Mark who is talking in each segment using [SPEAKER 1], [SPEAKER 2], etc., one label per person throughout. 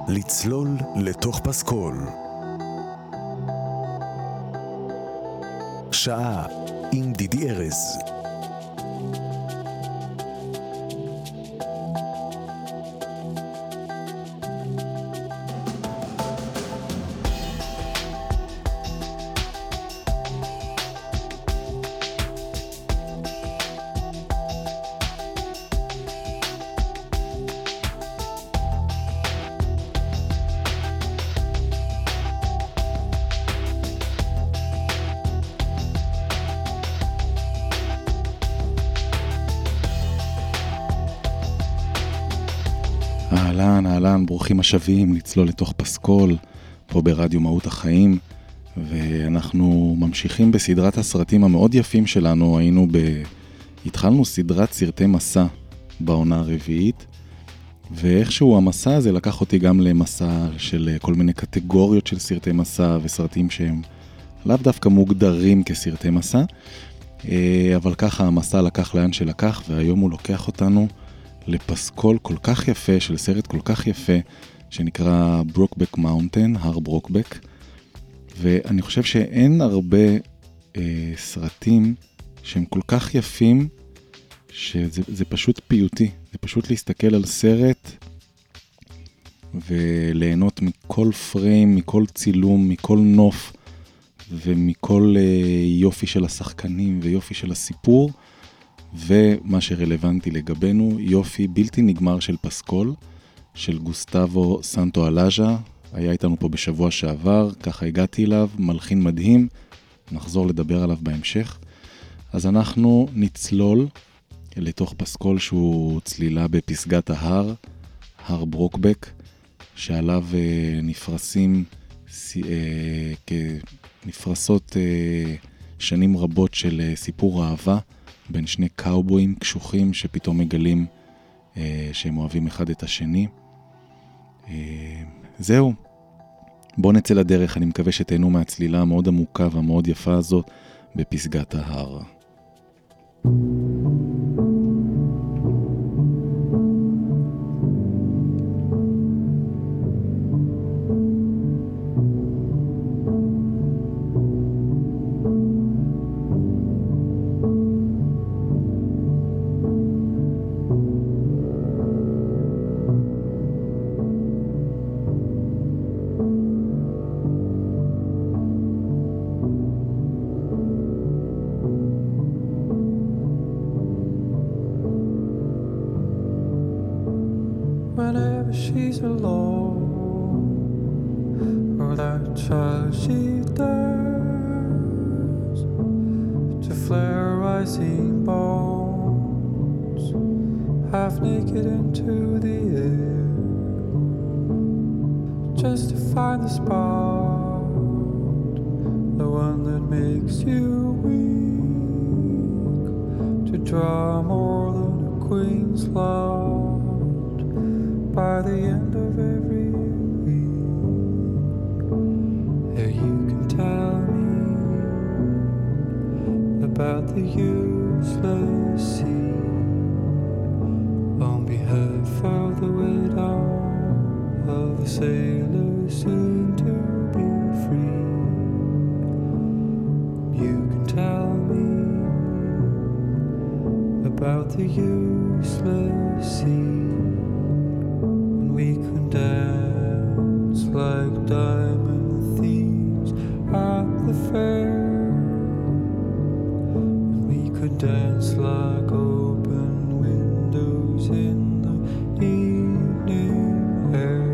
[SPEAKER 1] לצלול לתוך פסקול. שעה עם דידי ארז.
[SPEAKER 2] אהלן, ברוכים השבים לצלול לתוך פסקול, פה ברדיו מהות החיים, ואנחנו ממשיכים בסדרת הסרטים המאוד יפים שלנו. התחלנו סדרת סרטי מסע בעונה הרביעית, ואיכשהו המסע הזה לקח אותי גם למסע של כל מיני קטגוריות של סרטי מסע, וסרטים שהם לאו דווקא מוגדרים כסרטי מסע, אבל ככה המסע לקח לאן שלקח, והיום הוא לוקח אותנו לפסקול כל כך יפה, של סרט כל כך יפה, שנקרא ברוקבק מאונטן, הר ברוקבק. ואני חושב שאין הרבה סרטים שהם כל כך יפים, שזה פשוט פיוטי. זה פשוט להסתכל על סרט וליהנות מכל פריים, מכל צילום, מכל נוף, ומכל יופי של השחקנים ויופי של הסיפור. ומה שרלוונטי לגבינו, יופי בלתי נגמר של פסקול, של גוסטבו סנטואלאז'ה. היה איתנו פה בשבוע שעבר, ככה הגעתי אליו, מלחין מדהים, נחזור לדבר עליו בהמשך. אז אנחנו נצלול לתוך פסקול שהוא צלילה בפסגת ההר, הר ברוקבק, שעליו נפרסות שנים רבות של סיפור אהבה, בין שני קאובויים קשוחים שפתאום מגלים שהם אוהבים אחד את השני. זהו, בואו נצא לדרך. אני מקווה שתהנו מהצלילה המאוד עמוקה והמאוד יפה הזאת בפסגת ההר.
[SPEAKER 3] Whenever she's alone, or that child she dares to flare rising bones, half naked into the air, just to find the spot, the one that makes you weak, to draw more than a queen's love. By the end of every week, there you can tell me about the useless sea. On behalf of the widow of the sailor soon to be free, you can tell me about the useless sea. We could dance like diamond thieves at the fair, and we could dance like open windows in the evening air.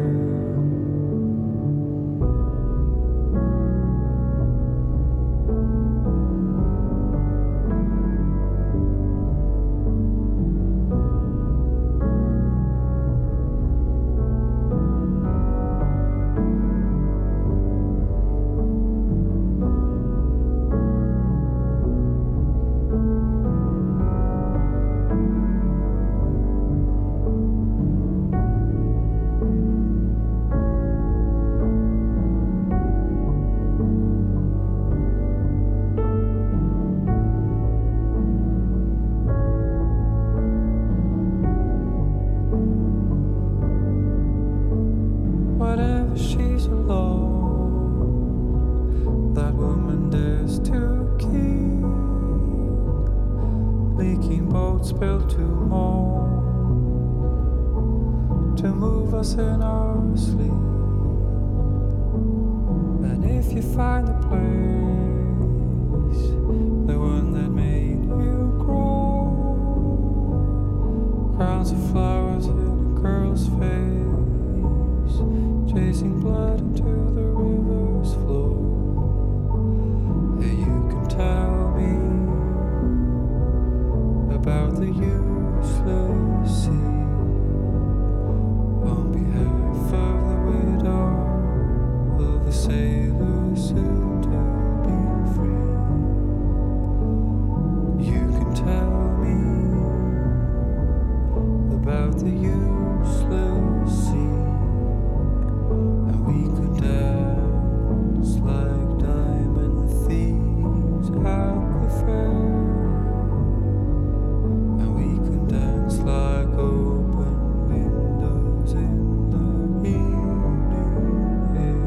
[SPEAKER 3] to move us in our sleep. And if you find the place, the one that made you grow, crowns of flowers in a girl's face, chasing blood into the river's flow. Yeah, you can tell me about the useless sea on behalf of the widow of the sailor soon to be free. You can tell me about the useless sea, and we could dance like diamond thieves at the fair, and we could dance like open windows in the evening air.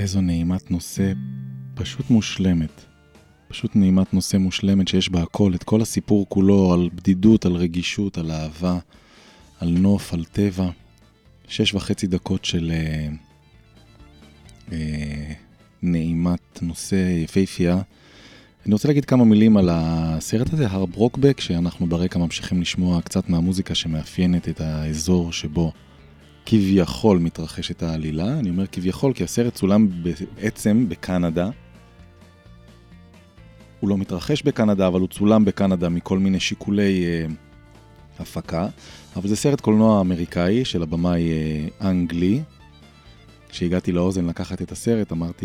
[SPEAKER 2] איזו נעימת נושא פשוט מושלמת. פשוט נעימת נושא מושלמת שיש בה הכל, את כל הסיפור כולו, על בדידות, על רגישות, על אהבה, על נוף, על טבע. 6.5 דקות של נעימת נושא יפהפייה. אני רוצה להגיד כמה מילים על הסרט הזה, הר ברוקבק, שאנחנו ברקע ממשיכים לשמוע קצת מהמוזיקה שמאפיינת את האזור שבו כביכול מתרחשת העלילה. אני אומר כביכול כי הסרט צולם בעצם בקנדה. הוא לא מתרחש בקנדה, אבל הוא צולם בקנדה מכל מיני שיקולי הפקה. אבל זה סרט קולנוע אמריקאי של הבמאי אנגלי. כשהגעתי לאוזן לקחת את הסרט, אמרתי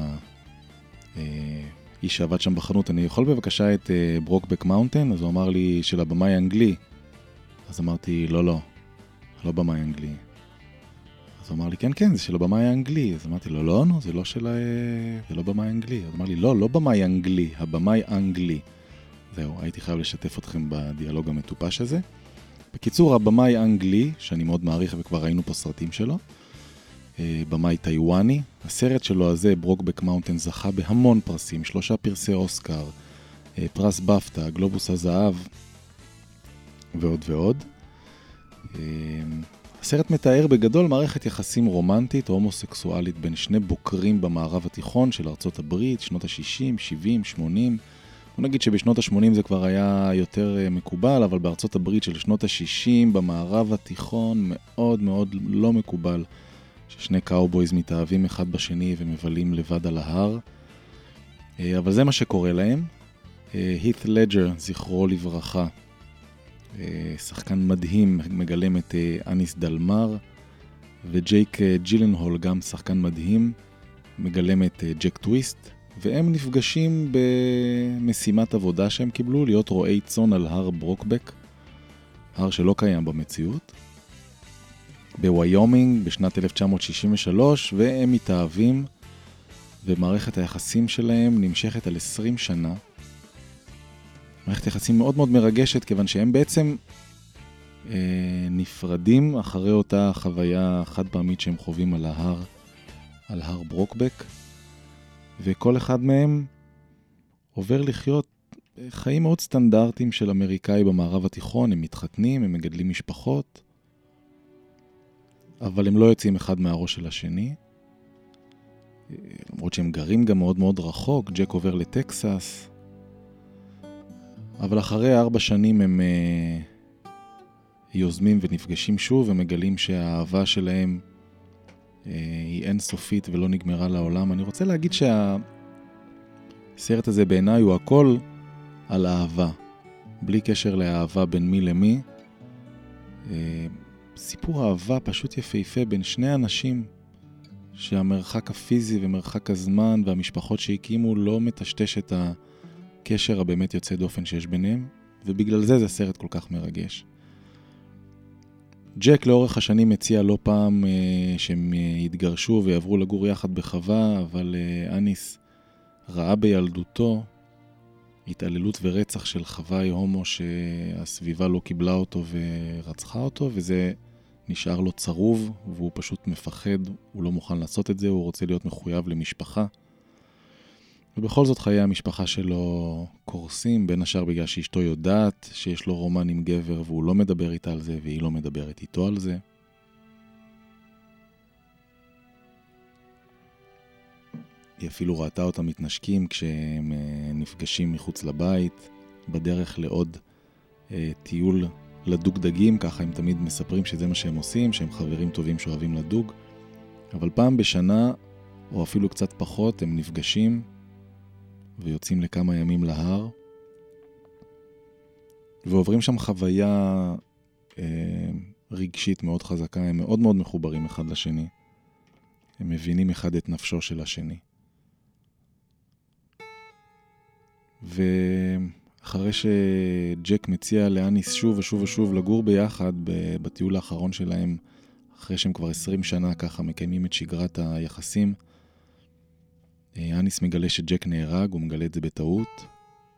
[SPEAKER 2] לאיש שעבד שם בחנות, אני יכול בבקשה את ברוקבק מאונטן? אז הוא אמר לי של הבמאי האנגלי. אז אמרתי, לא במאי האנגלי. אז הוא אמר לי, כן, זה של הבמאי האנגלי. אז אמרתי לו, לא, זה לא במאי האנגלי. אז אמר לי, לא במאי האנגלי, הבמאי האנגלי. זהו, הייתי חייב לשתף אתכם בדיאלוג המטופש הזה. בקיצור, הבמאי האנגלי, שאני מאוד מעריך וכבר ראינו פה סרטים שלו, במאי טיואני, הסרט שלו הזה, ברוקבק מאונטן, זכה בהמון פרסים, 3 פרסי אוסקר, פרס בפטה, גלובוס הזהב ועוד ועוד. הסרט מתאר בגדול מערכת יחסים רומנטית, הומוסקסואלית בין שני בוקרים במערב התיכון של ארצות הברית, שנות ה-60, 70, 80. בוא נגיד שבשנות ה-80 זה כבר היה יותר מקובל, אבל בארצות הברית של שנות ה-60 במערב התיכון מאוד מאוד לא מקובל. ששני קאובויז מתאהבים אחד בשני ומבלים לבד על ההר. אבל זה מה שקורה להם. הית לג'ר, זכרו לברכה, שחקן מדהים, מגלם את אניס דלמר, וג'ייק ג'ילנהול, גם שחקן מדהים, מגלם את ג'ק טוויסט, והם נפגשים במשימת עבודה שהם קיבלו, להיות רועי צאן על הר ברוקבק, הר שלא קיים במציאות. בוויומינג בשנת 1963, והם מתאהבים, ומערכת היחסים שלהם נמשכת על 20 שנה. מערכת יחסים מאוד מאוד מרגשת, כיוון שהם בעצם נפרדים אחרי אותה חוויה חד פעמית שהם חווים על הר ברוקבק, וכל אחד מהם עובר לחיות חיים מאוד סטנדרטיים של אמריקאי במערב התיכון. הם מתחתנים, הם מגדלים משפחות, אבל הם לא יוצאים אחד מהראש של השני. למרות שהם גרים גם מאוד מאוד רחוק, ג'ק עובר לטקסס. אבל אחרי 4 שנים הם יוזמים ונפגשים שוב, ומגלים שהאהבה שלהם היא אינסופית ולא נגמרה לעולם. אני רוצה להגיד שהסרט הזה בעיניי הוא הכל על אהבה, בלי קשר לאהבה בין מי למי. סיפור אהבה פשוט יפהפה בין שני אנשים, שהמרחק הפיזי ומרחק הזמן והמשפחות שהקימו לא מטשטש את הקשר הבאמת יוצא דופן שיש ביניהם, ובגלל זה סרט כל כך מרגש. ג'ק לאורך השנים הציע לא פעם שהם יתגרשו ויעברו לגור יחד בחווה, אבל אניס ראה בילדותו התעללות ורצח של חוואי הומו שהסביבה לא קיבלה אותו ורצחה אותו, וזה נשאר לו צרוב, והוא פשוט מפחד, הוא לא מוכן לעשות את זה, הוא רוצה להיות מחויב למשפחה. ובכל זאת חיי המשפחה שלו קורסים, בין השאר בגלל שאשתו יודעת שיש לו רומן עם גבר, והוא לא מדבר איתה על זה, והיא לא מדברת איתו על זה. היא אפילו ראתה אותם מתנשקים כשהם נפגשים מחוץ לבית, בדרך לעוד טיול לדוג דגים, ככה הם תמיד מספרים שזה מה שהם עושים, שהם חברים טובים שאוהבים לדוג. אבל פעם בשנה, או אפילו קצת פחות, הם נפגשים ויוצאים לכמה ימים להר, ועוברים שם חוויה רגשית מאוד חזקה. הם מאוד מאוד מחוברים אחד לשני. הם מבינים אחד את נפשו של השני. ואחרי שג'ק מציע לאניס שוב ושוב ושוב לגור ביחד בטיול האחרון שלהם, אחרי שהם כבר 20 שנה ככה מקיימים את שגרת היחסים, אניס מגלה שג'ק נהרג, הוא מגלה את זה בטעות.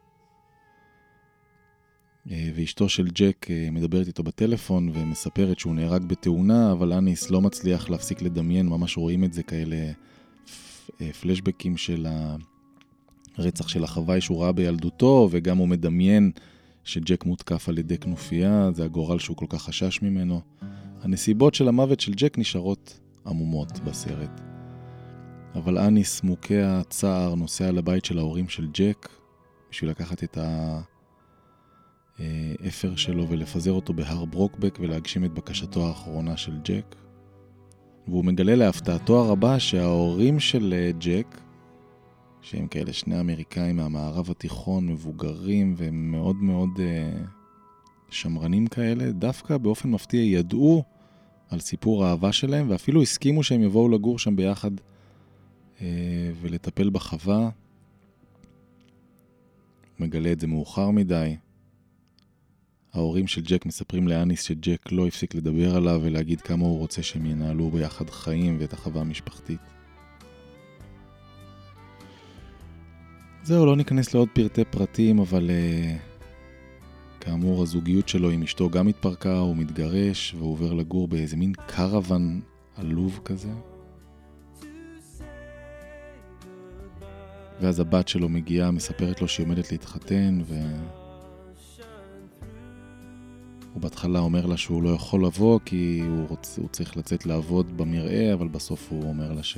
[SPEAKER 2] ואשתו של ג'ק מדברת איתו בטלפון ומספרת שהוא נהרג בתאונה, אבל אניס לא מצליח להפסיק לדמיין, ממש רואים את זה כאלה פלשבקים של הרצח של החוואי שהוא ראה בילדותו, וגם הוא מדמיין שג'ק מותקף על ידי כנופיה, זה הגורל שהוא כל כך חשש ממנו. הנסיבות של המוות של ג'ק נשארות עמומות בסרט. אבל אניס מוכה הצער נוסע לבית של ההורים של ג'ק, בשביל לקחת את האפר שלו ולפזר אותו בהר ברוקבק ולהגשים את בקשתו האחרונה של ג'ק. והוא מגלה להפתעתו הרבה שההורים של ג'ק, שהם כאלה שני אמריקאים מהמערב התיכון, מבוגרים ומאוד מאוד שמרנים כאלה, דווקא באופן מפתיע ידעו על סיפור האהבה שלהם, ואפילו הסכימו שהם יבואו לגור שם ביחד ולטפל בחווה. מגלה את זה מאוחר מדי. ההורים של ג'ק מספרים לאניס שג'ק לא הפסיק לדבר עליו ולהגיד כמה הוא רוצה שהם ינהלו ביחד חיים ואת החווה המשפחתית. זהו, לא ניכנס לעוד פרטי פרטים, אבל כאמור הזוגיות שלו עם אשתו גם התפרקה, הוא מתגרש והוא עובר לגור באיזה מין קרוון עלוב כזה. ואז הבת שלו מגיעה, מספרת לו שהיא עומדת להתחתן, והוא בהתחלה אומר לה שהוא לא יכול לבוא כי הוא צריך לצאת לעבוד במראה, אבל בסוף הוא אומר לה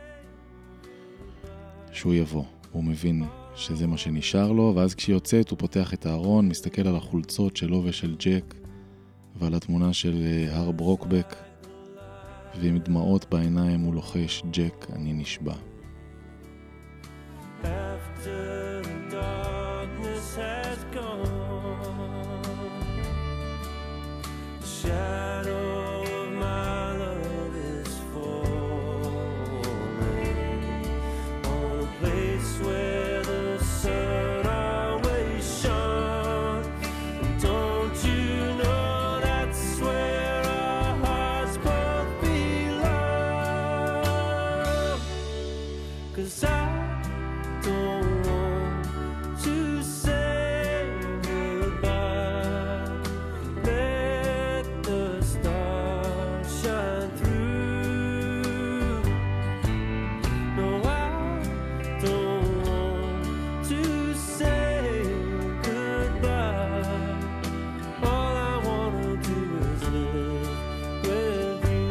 [SPEAKER 2] שהוא יבוא. הוא מבין שזה מה שנשאר לו, ואז כשהיא יוצאת הוא פותח את הארון, מסתכל על החולצות שלו ושל ג'ק ועל התמונה של הר ברוקבק, ועם דמעות בעיניים הוא לוחש, ג'ק, אני נשבע.
[SPEAKER 4] After the darkness has gone, the shadow of my love is falling on a place where the sun always shone. And don't you know that's where our hearts both belong? 'Cause I don't want to say goodbye. Let the stars shine through. No, I don't want to say goodbye. All I wanna do is live with you.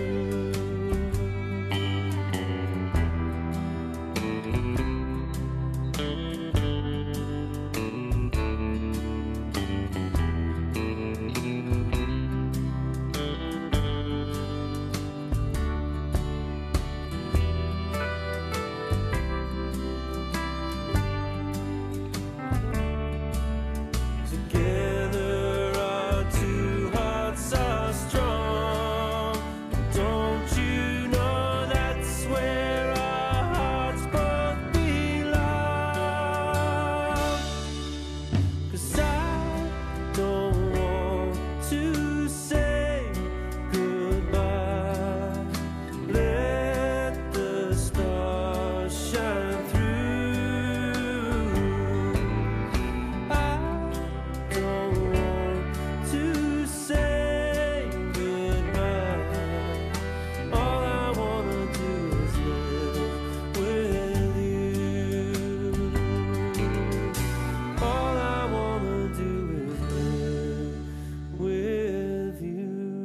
[SPEAKER 4] Together our two hearts are strong. Don't you know that's where our hearts both belong? 'Cause I don't want to say goodbye. Let the stars shine through. I don't want to say goodbye. All I wanna do is live with you. All I wanna do is live with you.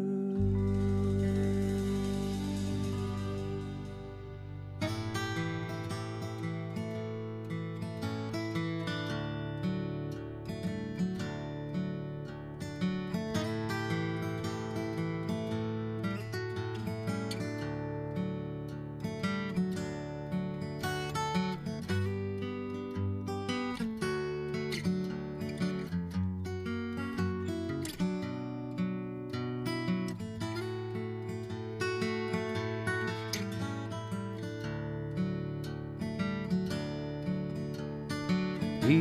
[SPEAKER 5] He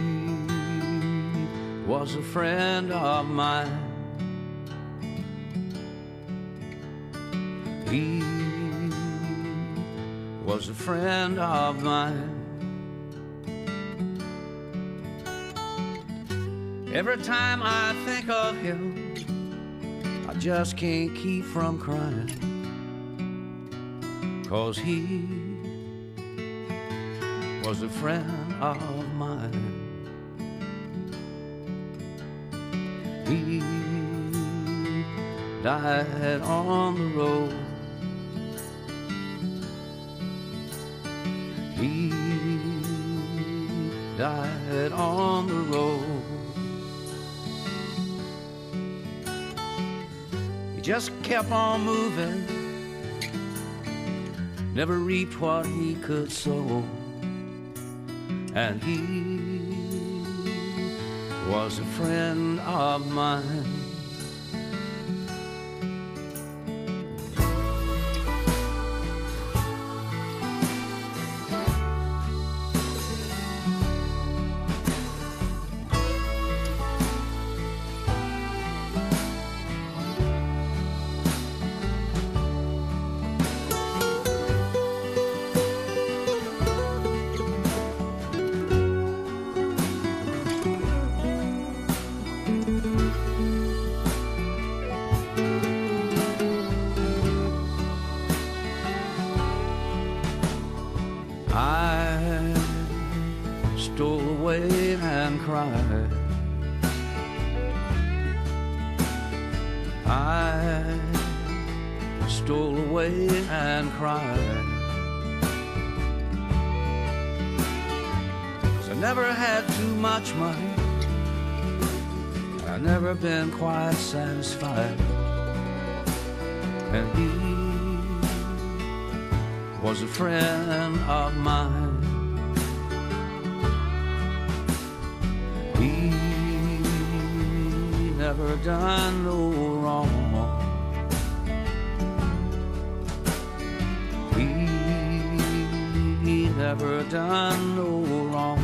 [SPEAKER 5] was a friend of mine. He was a friend of mine. Every time I think of him, I just can't keep from crying. 'Cause he was a friend of mine. He died on the road. He died on the road. He just kept on moving, never reaped what he could sow, and he was a friend of mine. Stole away and cried. I stole away and cried. 'Cause I never had too much money, and I've never been quite satisfied. And he was a friend of mine. Never done no wrong. He never done no wrong.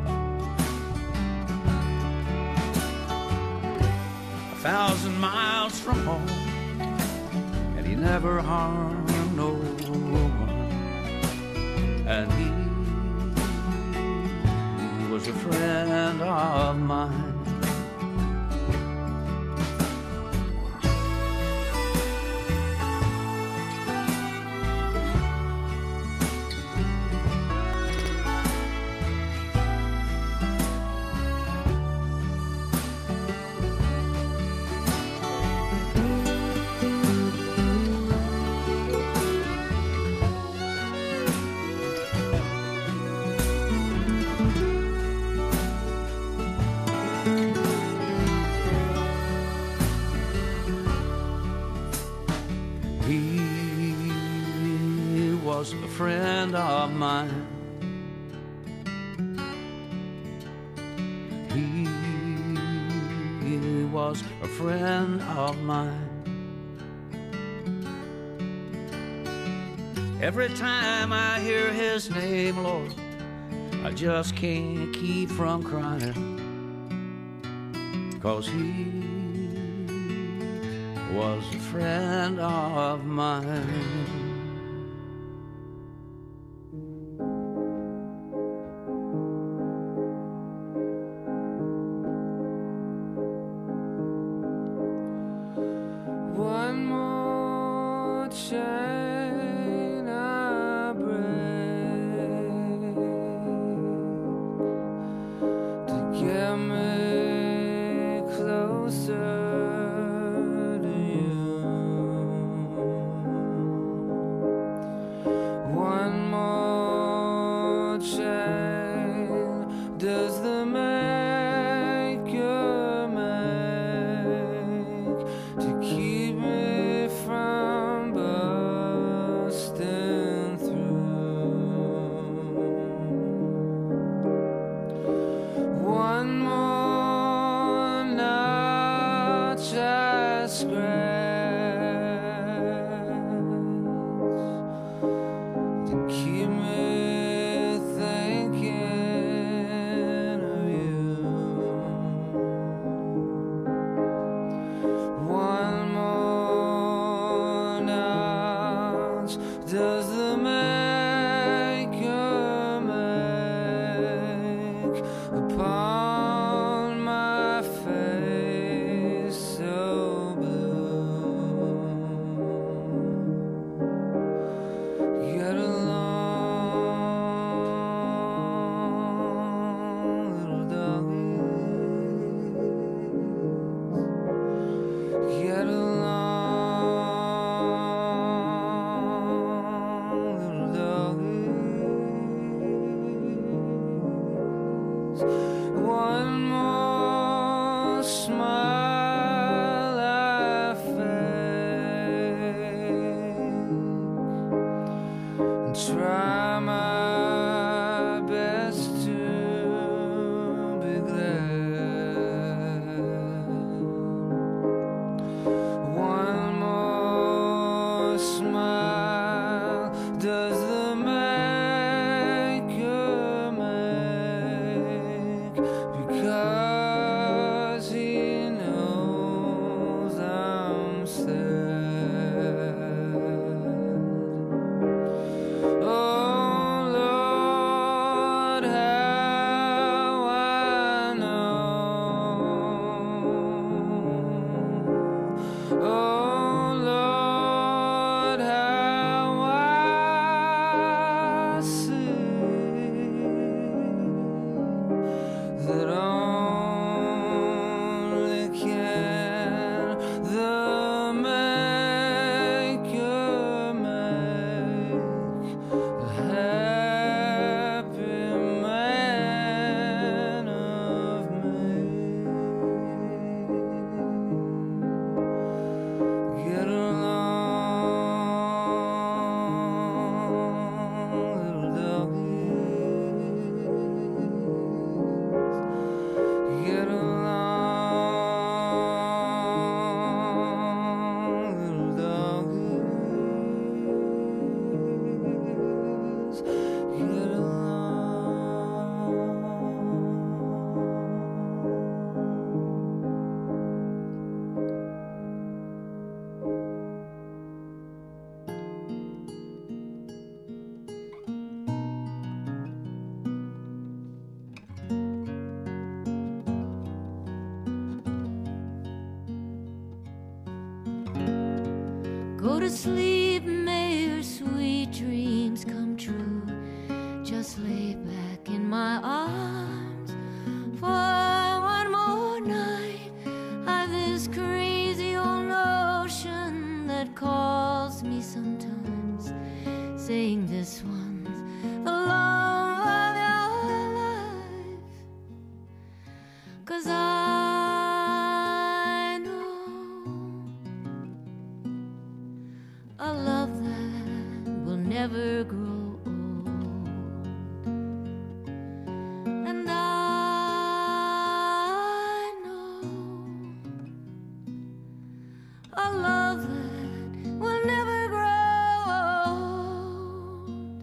[SPEAKER 5] 1,000 miles from home, and he never harmed no one. And he was a friend of mine. He was a friend of mine. He was a friend of mine. Every time I hear his name, Lord, I just can't keep from crying. 'Cause he was a friend of mine.
[SPEAKER 4] One more chain I break to get me closer to you. One more chain does the maker make to keep me from busting through. One more notch I scratch to keep me thinking of you. One more notch does the maker make upon my face so blue.
[SPEAKER 3] smile I fake and try my best to be glad. One more smile does the maker make, because he knows I'm sad. Oh Lord, how I know. Oh Lord, how I see that only can the maker make a happy man of me. Get along, little doggies. Get along, little doggies. Get
[SPEAKER 6] Go to sleep, may your sweet dreams come true. Just lay back in my arms for one more night. I've this crazy old notion that calls me sometimes, saying this one's the love of your life. 'Cause I know a love that will never grow old, and I know a love that will never grow old.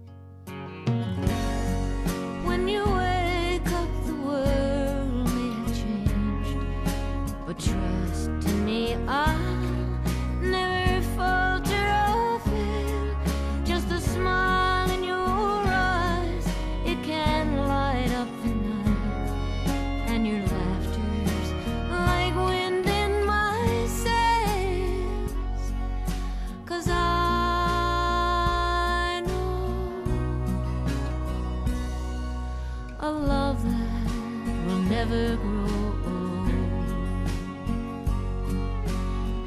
[SPEAKER 6] When you wake up, the world may have changed, but trust in me, I'll never falter or fail. Just a smile in your eyes, it can light up the night, and your laughter's like wind in my sails. 'Cause I know a love that will never grow old.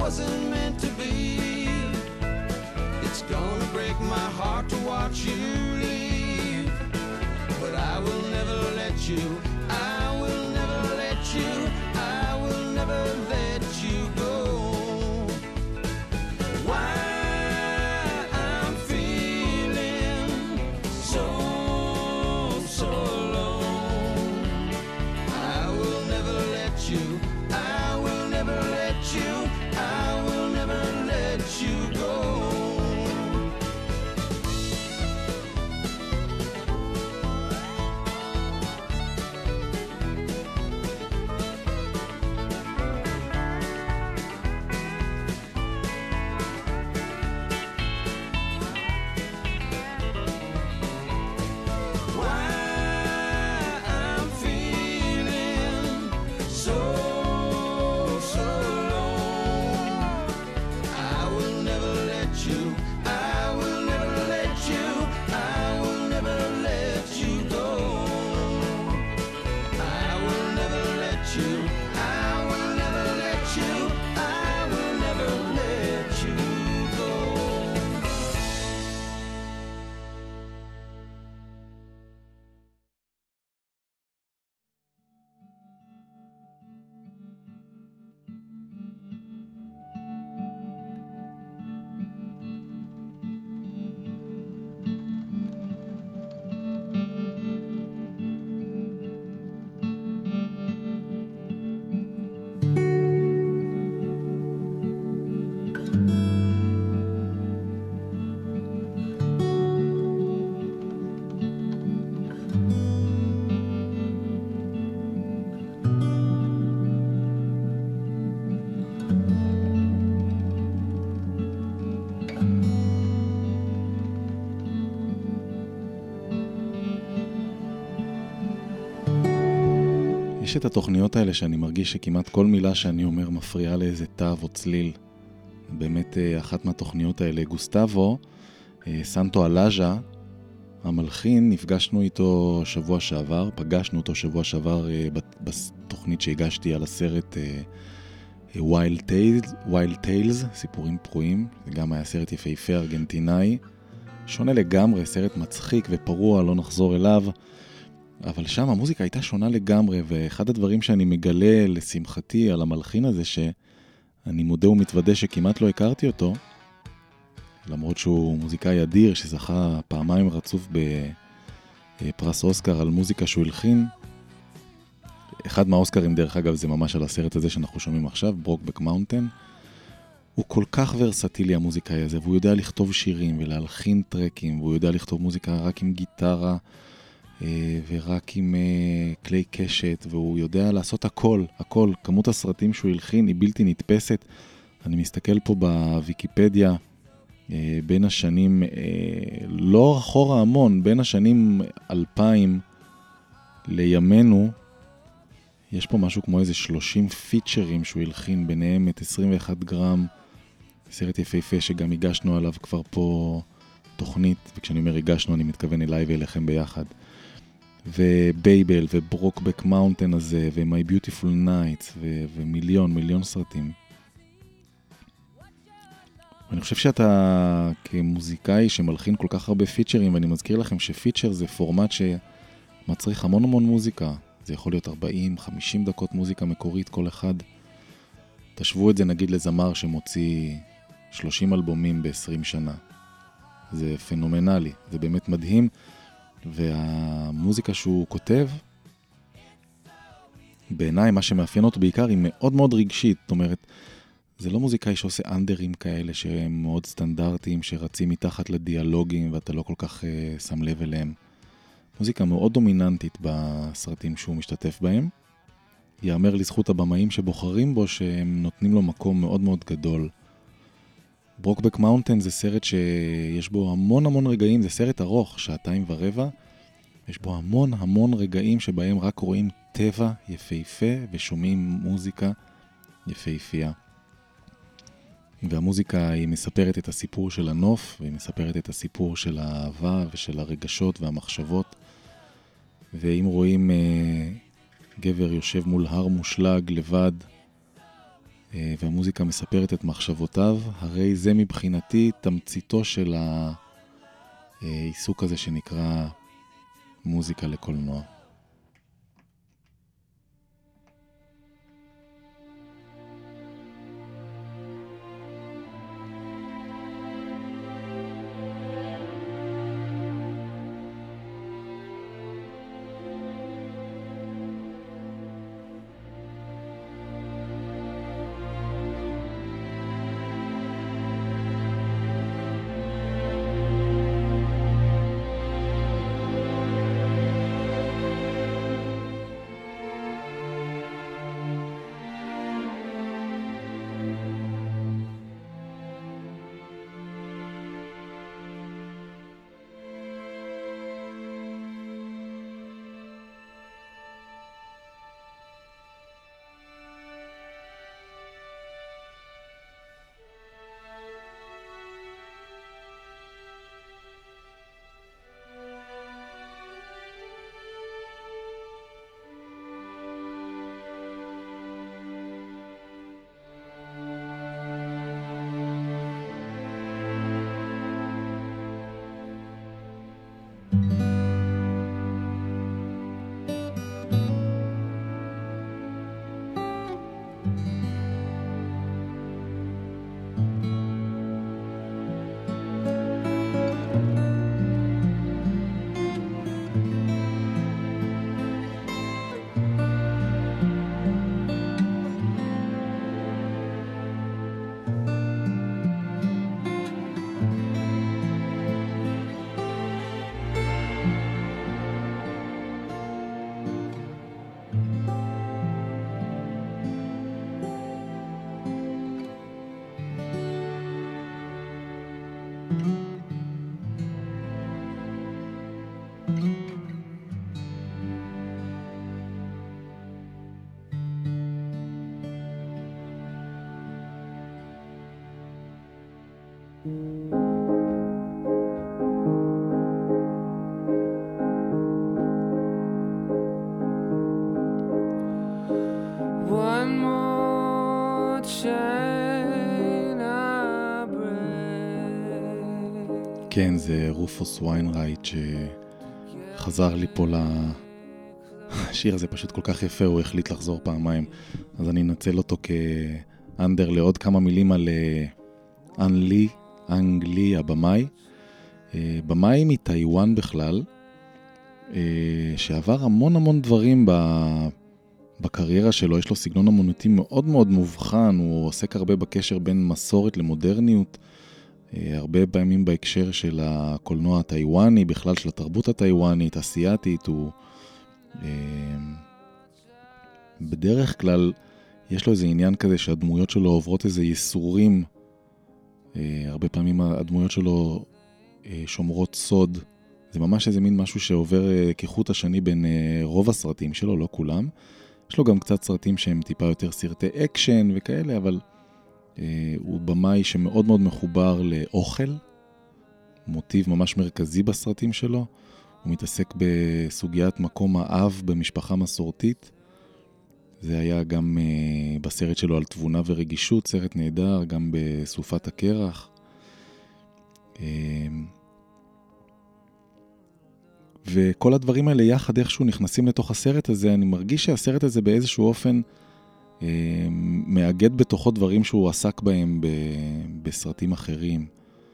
[SPEAKER 7] wasn't meant to be. It's gonna break my heart to watch you leave, but I will never let you, I will never let you, I will never let you go. Why I'm feeling so alone. I will never let you, I will never let you, I will never let you go.
[SPEAKER 2] יש את התוכניות האלה שאני מרגיש שכמעט כל מילה שאני אומר מפריעה לאיזה תו או צליל. באמת אחת מהתוכניות האלה, גוסטבו, סנטו אלאז'ה, המלחין, נפגשנו איתו שבוע שעבר, פגשנו אותו שבוע שעבר בתוכנית שהגשתי על הסרט Wild Tales, סיפורים פרועים, זה גם היה סרט יפהפה ארגנטינאי, שונה לגמרי, סרט מצחיק ופרוע, לא נחזור אליו, אבל שם המוזיקה הייתה שונה לגמרי, ואחד הדברים שאני מגלה לשמחתי על המלחין הזה, שאני מודה ומתוודה שכמעט לא הכרתי אותו, למרות שהוא מוזיקאי אדיר שזכה פעמיים רצוף בפרס אוסקר על מוזיקה שהוא הלחין. אחד מהאוסקרים דרך אגב זה ממש על הסרט הזה שאנחנו שומעים עכשיו, ברוקבק מאונטן. הוא כל כך ורסטילי המוזיקאי הזה, והוא יודע לכתוב שירים ולהלחין טרקים, והוא יודע לכתוב מוזיקה רק עם גיטרה ורק עם כלי קשת, והוא יודע לעשות הכל. כמות הסרטים שהוא הלחין היא בלתי נתפסת. אני מסתכל פה בוויקיפדיה, בין השנים, לא אחורה המון, בין השנים 2000 לימינו, יש פה משהו כמו איזה 30 פיצ'רים שהוא הלחין, ביניהם את 21 גרם, סרט יפהפה שגם הגשנו עליו כבר פה תוכנית, וכשאני אומר הגשנו אני מתכוון אליי ואליכם ביחד. ובייבל וברוקבק מאונטן הזה, ו-My Beautiful Nights, ומיליון סרטים. אני חושב שאתה כמוזיקאי שמלחין כל כך הרבה פיצ'רים, ואני מזכיר לכם שפיצ'ר זה פורמט שמצריך המון מוזיקה. זה יכול להיות 40-50 דקות מוזיקה מקורית כל אחד. תשוו את זה נגיד לזמר שמוציא 30 אלבומים ב-20 שנה. זה פנומנלי, זה באמת מדהים. והמוזיקה שהוא כותב, בעיניי מה שמאפיין אותו בעיקר היא מאוד רגשית. זאת אומרת, זה לא מוזיקאי שעושה אנדרים כאלה שהם מאוד סטנדרטיים, שרצים מתחת לדיאלוגים ואתה לא כל כך שם לב אליהם. מוזיקה מאוד דומיננטית בסרטים שהוא משתתף בהם. יאמר לזכות הבמאים שבוחרים בו שהם נותנים לו מקום מאוד גדול. ברוקבק מאונטן זה סרט שיש בו המון רגעים, זה סרט ארוך, 2.25, יש בו המון רגעים שבהם רק רואים טבע יפהפה ושומעים מוזיקה יפהפייה. והמוזיקה היא מספרת את הסיפור של הנוף, והיא מספרת את הסיפור של האהבה ושל הרגשות והמחשבות. ואם רואים גבר יושב מול הר מושלג לבד, והמוזיקה מספרת את מחשבותיו, הרי זה מבחינתי תמציתו של העיסוק הזה שנקרא מוזיקה לקולנוע.
[SPEAKER 3] One more chain I break.
[SPEAKER 2] כן, זה רופוס ויינרייט שחזר לי פה השיר הזה פשוט כל כך יפה, הוא החליט לחזור פעמיים, אז אני אנצל אותו כאנדר לעוד כמה מילים על אנגלי, הבמאי. במאי מטייוואן בכלל, שעבר המון דברים בקריירה שלו, יש לו סגנון אמנותי מאוד מאוד מובחן, הוא עוסק הרבה בקשר בין מסורת למודרניות, הרבה פעמים בהקשר של הקולנוע הטייוואני, בכלל של התרבות הטייוואנית, אסיאטית, הוא בדרך כלל יש לו איזה עניין כזה שהדמויות שלו עוברות איזה ייסורים, הרבה פעמים הדמויות שלו שומרות סוד, זה ממש איזה מין משהו שעובר כחוט השני בין רוב הסרטים שלו, לא כולם. יש לו גם קצת סרטים שהם טיפה יותר סרטי אקשן וכאלה, אבל הוא במאי שמאוד מאוד מחובר לאוכל, מוטיב ממש מרכזי בסרטים שלו. הוא מתעסק בסוגיית מקום האב במשפחה מסורתית. זה היה גם בסרט שלו על תבונה ורגישות, סרט נהדר, גם בסופת הקרח. וכל הדברים האלה יחד איכשהו נכנסים לתוך הסרט הזה. אני מרגיש שהסרט הזה באיזשהו אופן מאגד בתוכו דברים שהוא עסק בהם בסרטים אחרים.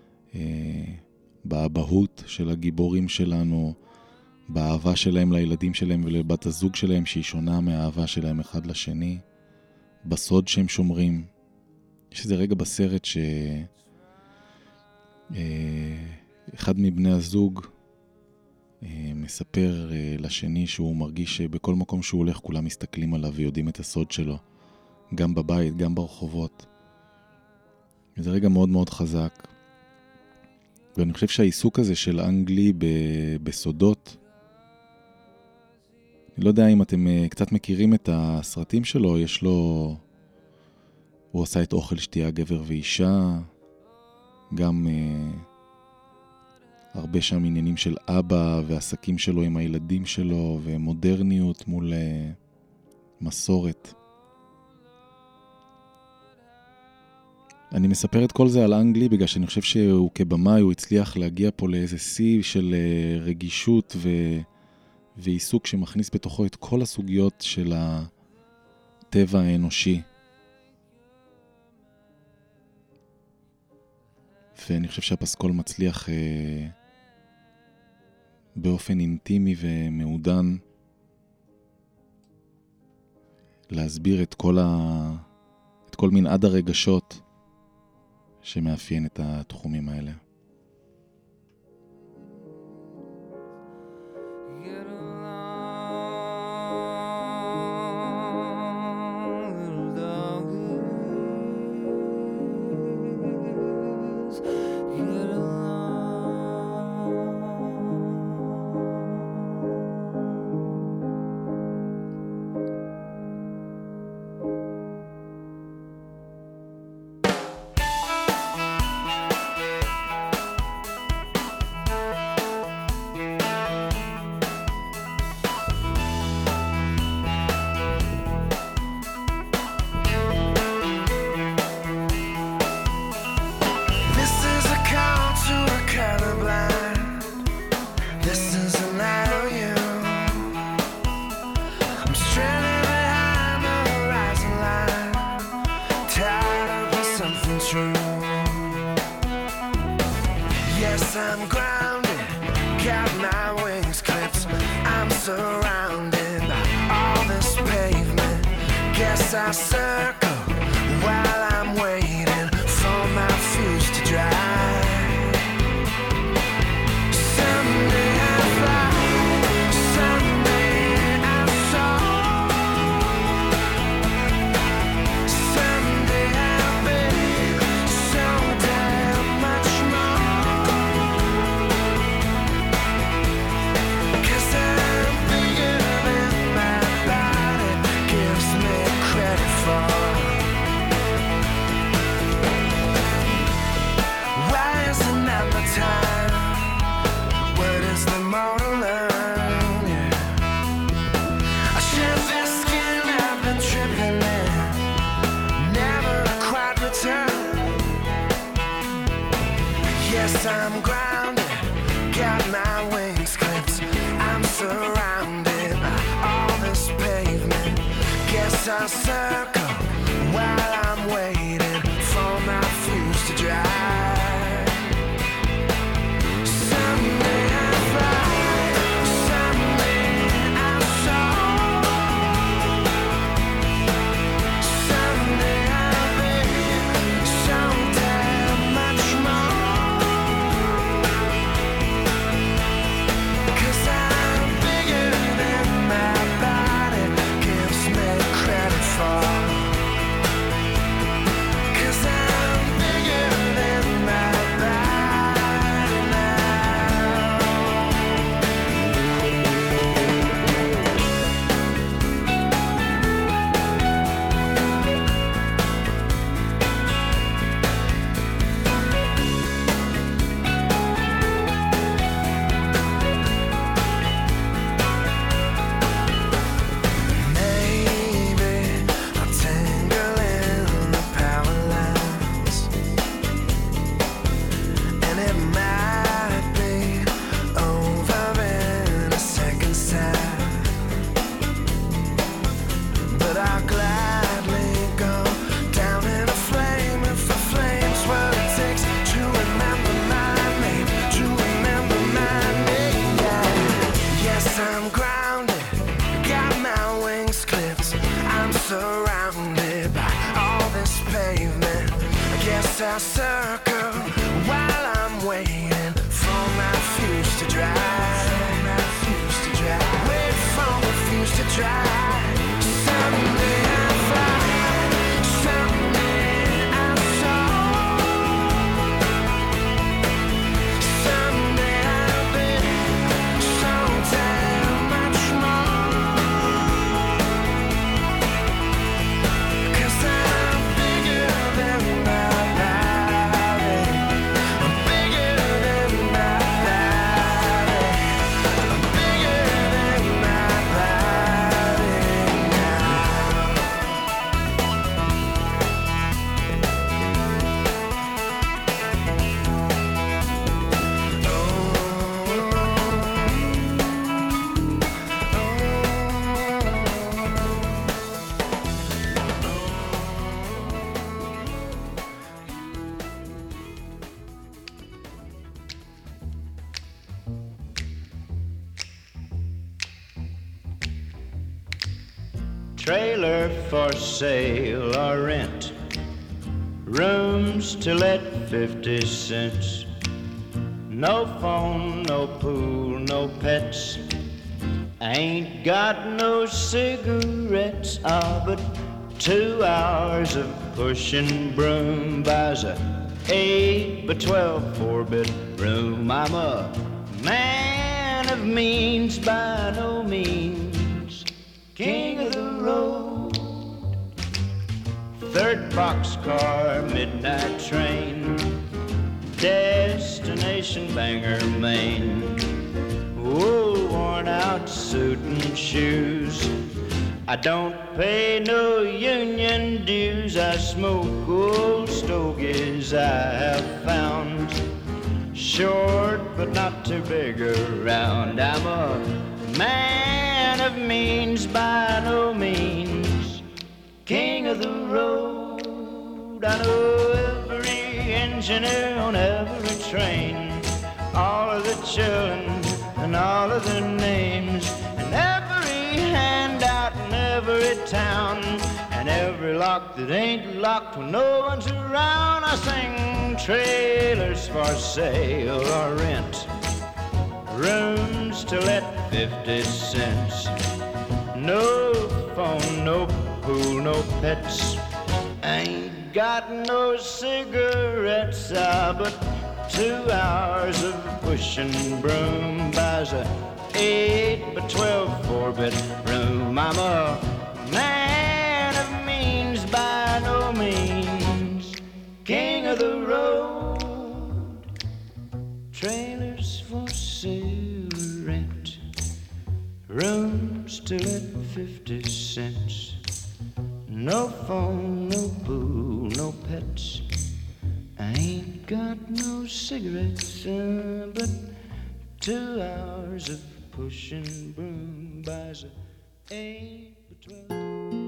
[SPEAKER 2] באבהות של הגיבורים שלנו, באהבה שלהם לילדים שלהם ולבת הזוג שלהם שהיא שונה מהאהבה שלהם אחד לשני, בסוד שהם שומרים. יש איזה רגע בסרט אחד מבני הזוג מספר לשני שהוא מרגיש שבכל מקום שהוא הולך כולם מסתכלים עליו ויודעים את הסוד שלו, גם בבית, גם ברחובות. זה רגע מאוד מאוד חזק. ואני חושב שהעיסוק הזה של אנגלי בסודות, אני לא יודע אם אתם קצת מכירים את הסרטים שלו, יש לו, הוא עשה את אוכל שתייה גבר ואישה, גם הרבה שם עניינים של אבא ועסקים שלו עם הילדים שלו ומודרניות מול מסורת. אני מספר את כל זה על אנגלי בגלל שאני חושב שהוא כבמאי, הוא הצליח להגיע פה לאיזה שיא של רגישות ועיסוק שמכניס בתוכו את כל הסוגיות של הטבע האנושי. ואני חושב שהפסקול מצליח באופן אינטימי ומעודן להסביר את כל מנעד הרגשות שמאפיין את התחומים האלה.
[SPEAKER 8] I'm grounded, got my wings clipped. I'm surrounded by all this pavement. Guess I circle while I'm waiting for my fuse to dry. Someday I fly, someday I soar. Someday I'll be so damn much more. 'Cause I'm bigger than my body gives me credit for. Why isn't that the time? What is the more to learn? Yeah. I shed this skin I've been tripping in, never quite return. Yes, I'm grounded, got my wings clipped. I'm surrounded by all this pavement. Guess I'll circle while I'm waiting for my fuse to dry. Someday I fly, someday I soar. Someday I'll be so damn much more. 'Cause I'm bigger than my body gives me credit for. 'Cause I'm bigger than my body now. Maybe I'll tangle in the power lines, and it might be over in a second side. But I'll gladly go down in a flame if the flame's what it takes to remember my name, to remember my name. Yeah. Yes, I'm grounded, got my wings clipped. I'm surrounded by all this pavement. I guess I'll circle while I'm waiting for my fuse to dry. Wait for the fuse to dry. Someday I fly, someday I soar. Someday I'll be so damn much more. 'Cause I'm bigger than my body. I'm bigger than my body. I'm bigger than my body.
[SPEAKER 9] Trailer for sale or rent, rooms to let 50 cents. No phone, no pool, no pets. Ain't got no cigarettes, but 2 hours of pushing broom buys a 8 by 12 4-bedroom. I'm a man of means by no means, king of the road. Third boxcar, midnight train, destination Bangor, Maine. Oh, worn out suit and shoes. I don't pay no union dues. I smoke old stogies I have found, short but not too big around. I'm a man of means by no means, king of the road. I know every engineer on every train, all of the children and all of their names, and every handout in every town, and every lock that ain't locked when no one's around. I sing trailers for sale or rent, rooms to let 50 cents. No phone, no pool, no pets. Ain't got no cigarettes, but 2 hours of pushing broom buys a 8 by 12 4-bedroom. I'm a man of means by no means, king of the road. Trailers for sale or rent, rooms to let 50 cents. No phone, no pool, no pets. I ain't got no cigarettes, but 2 hours of pushing broom buys a 8 by 12.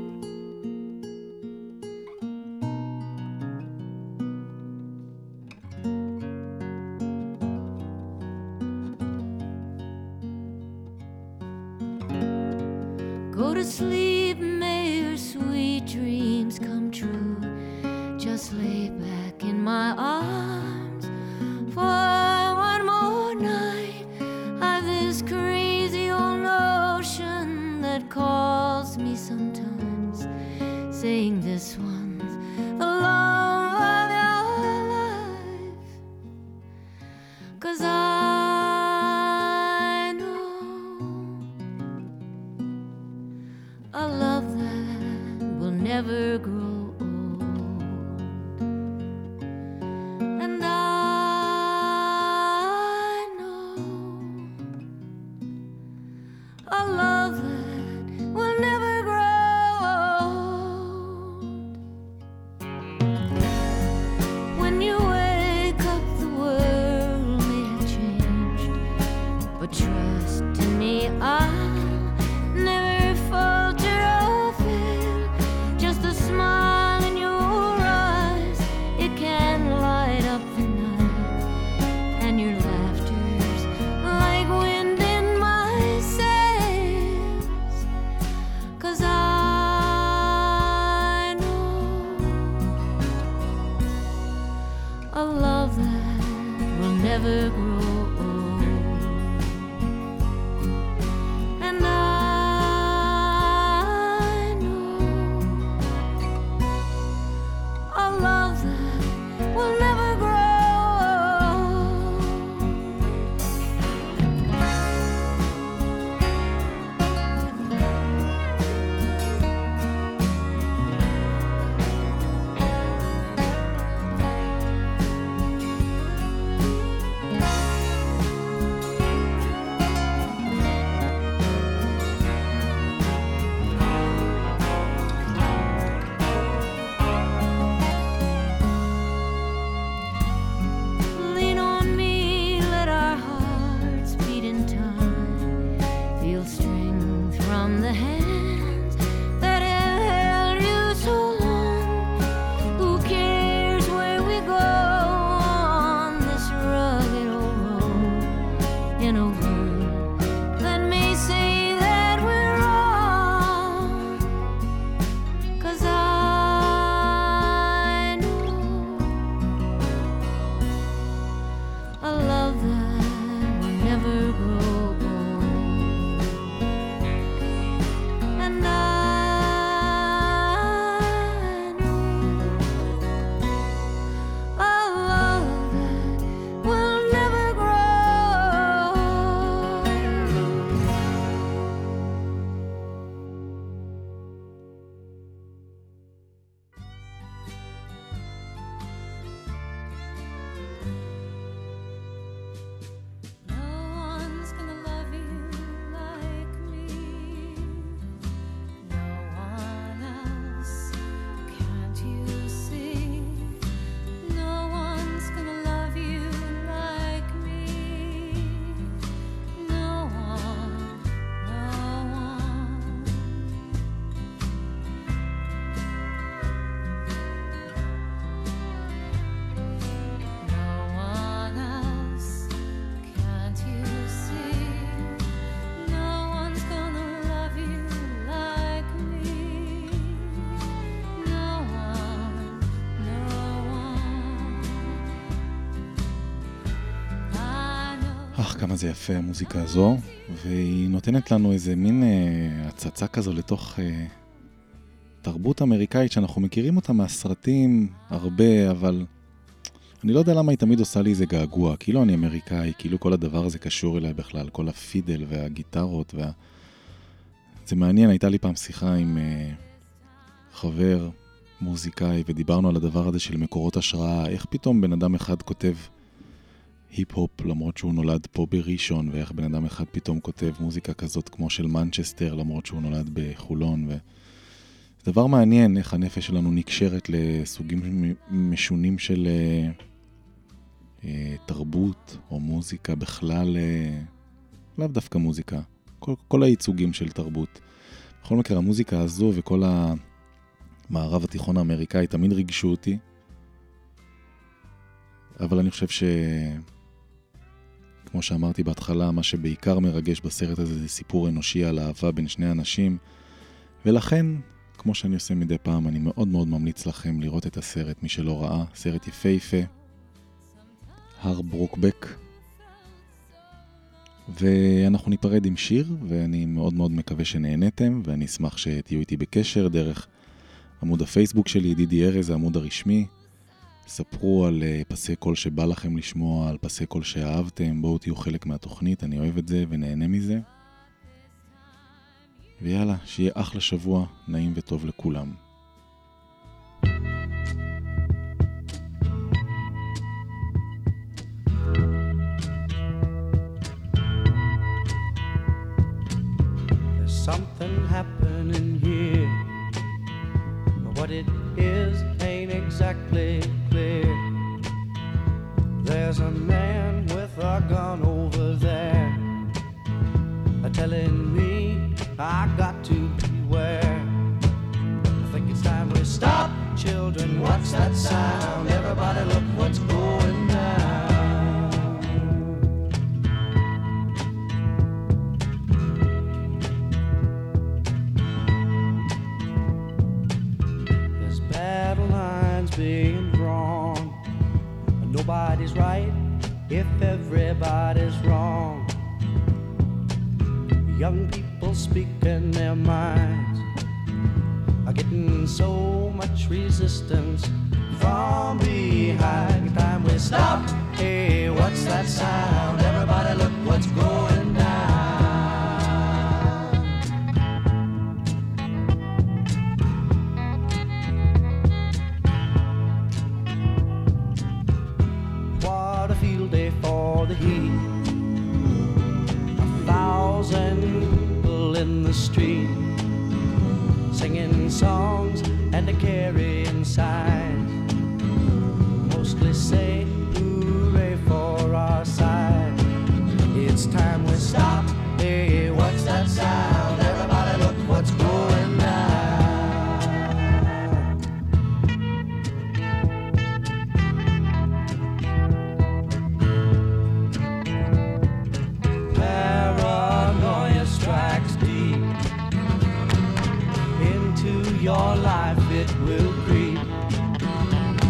[SPEAKER 6] Go to sleep, may your sweet dreams come true. Just lay back in my arms for one more night. I've this crazy old notion that calls me sometimes, saying this one's the love of your life. 'Cause I know a love that will never grow old, and I know a love that will never grow old. When you wake up, the world may have changed, but trust in me, I'll never falter or fail. Just a smile in your eyes, it can light up the night, and your laughter's like wind in my sails. 'Cause I know a love that will never grow old, and I know a love that will never grow old.
[SPEAKER 2] כמה זה יפה המוזיקה הזו, והיא נותנת לנו איזה מין הצצה כזו לתוך תרבות אמריקאית שאנחנו מכירים אותה מהסרטים הרבה, אבל אני לא יודע למה היא תמיד עושה לי איזה געגוע, כאילו אני אמריקאי, כאילו כל הדבר הזה קשור אליי בכלל, כל הפידל והגיטרות זה מעניין, הייתה לי פעם שיחה עם חבר מוזיקאי, ודיברנו על הדבר הזה של מקורות השראה, איך פתאום בן אדם אחד כותב היפ-הופ למרות שהוא נולד פה בראשון, ואיך בן אדם אחד פתאום כותב מוזיקה כזאת כמו של מנצ'סטר למרות שהוא נולד בחולון, זה דבר מעניין איך הנפש שלנו נקשרת לסוגים משונים של תרבות או מוזיקה בכלל, לאו דווקא מוזיקה, כל הייצוגים של תרבות. בכל מקרה, המוזיקה הזו וכל המערב התיכון האמריקאי תמיד ריגשו אותי, אבל אני חושב כמו שאמרתי בהתחלה, מה שבעיקר מרגש בסרט הזה זה סיפור אנושי על אהבה בין שני אנשים, ולכן, כמו שאני עושה מדי פעם, אני מאוד מאוד ממליץ לכם לראות את הסרט, מי שלא ראה, סרט יפהפה, הרברוקבק, ואנחנו ניפרד עם שיר, ואני מאוד מאוד מקווה שנהנתם, ואני אשמח שתהיו איתי בקשר דרך עמוד הפייסבוק שלי, דידי ארז, העמוד הרשמי. ספרו על פסי קול שבא לכם לשמוע, על פסי קול שאהבתם, בואו תהיו חלק מהתוכנית, אני אוהב את זה ונהנה מזה. ויאללה, שיהיה אחלה שבוע, נעים וטוב לכולם.
[SPEAKER 5] There's something happening here. What it is ain't exactly clear. There's a man with a gun over there, telling me I got to beware. I think it's time we stop, children. What's that sound? Everybody look what's going down. There's battle lines being drawn. Nobody's right if everybody's wrong. Young people speaking their minds are getting so much resistance from behind. Time we stop. Hey, what's that sound? Everybody look what's going down. What a field day for the heat. 1,000 people in the street, singing songs and they carrying signs, mostly say hooray for our side. It's time we stop. Hey, what's that sound? Everybody look what's going down. Your life, it will creep.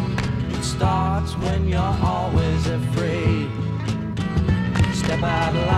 [SPEAKER 5] It starts when you're always afraid. Step out of line.